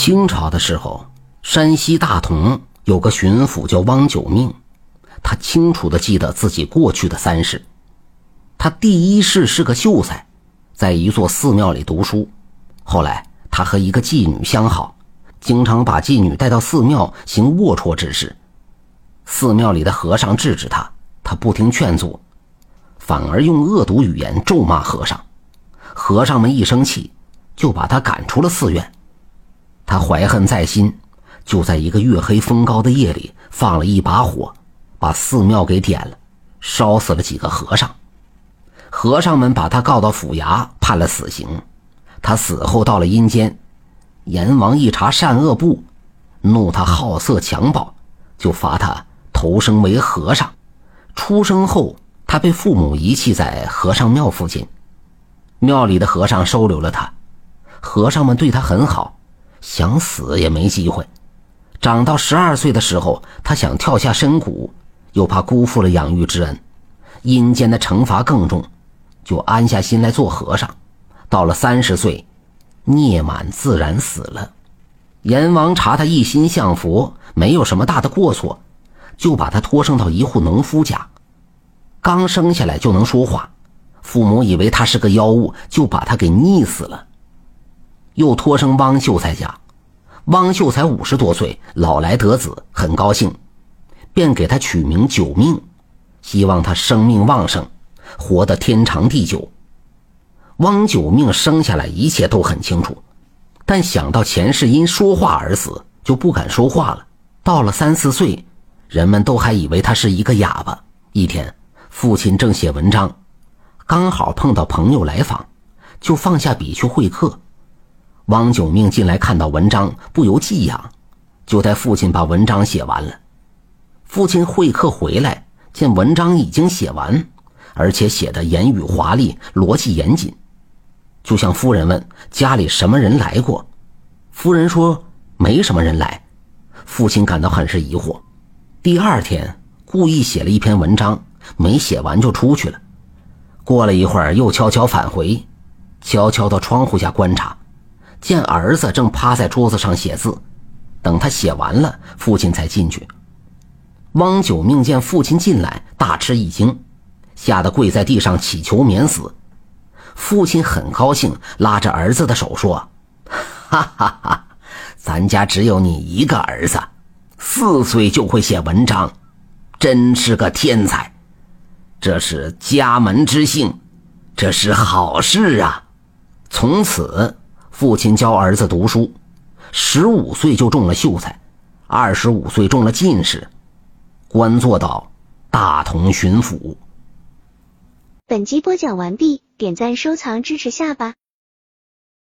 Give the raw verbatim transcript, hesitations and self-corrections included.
清朝的时候，山西大同有个巡抚叫汪九命，他清楚地记得自己过去的三世。他第一世是个秀才，在一座寺庙里读书，后来他和一个妓女相好，经常把妓女带到寺庙行龌龊之事。寺庙里的和尚制止他，他不听劝阻，反而用恶毒语言咒骂和尚。和尚们一生气，就把他赶出了寺院。他怀恨在心，就在一个月黑风高的夜里放了一把火，把寺庙给点了，烧死了几个和尚。和尚们把他告到府衙，判了死刑。他死后到了阴间，阎王一查善恶簿，怒他好色强暴，就罚他投生为和尚。出生后，他被父母遗弃在和尚庙附近，庙里的和尚收留了他。和尚们对他很好，想死也没机会。长到十二岁的时候，他想跳下深谷，又怕辜负了养育之恩，阴间的惩罚更重，就安下心来做和尚。到了三十岁，涅满自然死了。阎王查他一心向佛，没有什么大的过错，就把他托生到一户农夫家。刚生下来就能说话，父母以为他是个妖物，就把他给溺死了。又托生汪秀才家，汪秀才五十多岁，老来得子，很高兴，便给他取名九命，希望他生命旺盛，活得天长地久。汪九命生下来一切都很清楚，但想到前世因说话而死，就不敢说话了。到了三四岁，人们都还以为他是一个哑巴。一天，父亲正写文章，刚好碰到朋友来访，就放下笔去会客。汪九命进来看到文章，不由寄养，就带父亲把文章写完了。父亲会客回来，见文章已经写完，而且写得言语华丽，逻辑严谨，就向夫人问家里什么人来过。夫人说没什么人来。父亲感到很是疑惑，第二天故意写了一篇文章，没写完就出去了。过了一会儿又悄悄返回，悄悄到窗户下观察，见儿子正趴在桌子上写字。等他写完了，父亲才进去。汪九命见父亲进来，大吃一惊，吓得跪在地上祈求免死。父亲很高兴，拉着儿子的手说：哈哈哈，咱家只有你一个儿子，四岁就会写文章，真是个天才，这是家门之幸，这是好事啊。从此父亲教儿子读书，十五岁就中了秀才，二十五岁中了进士，官做到大同巡抚。 本集播讲完毕，点赞收藏支持下吧。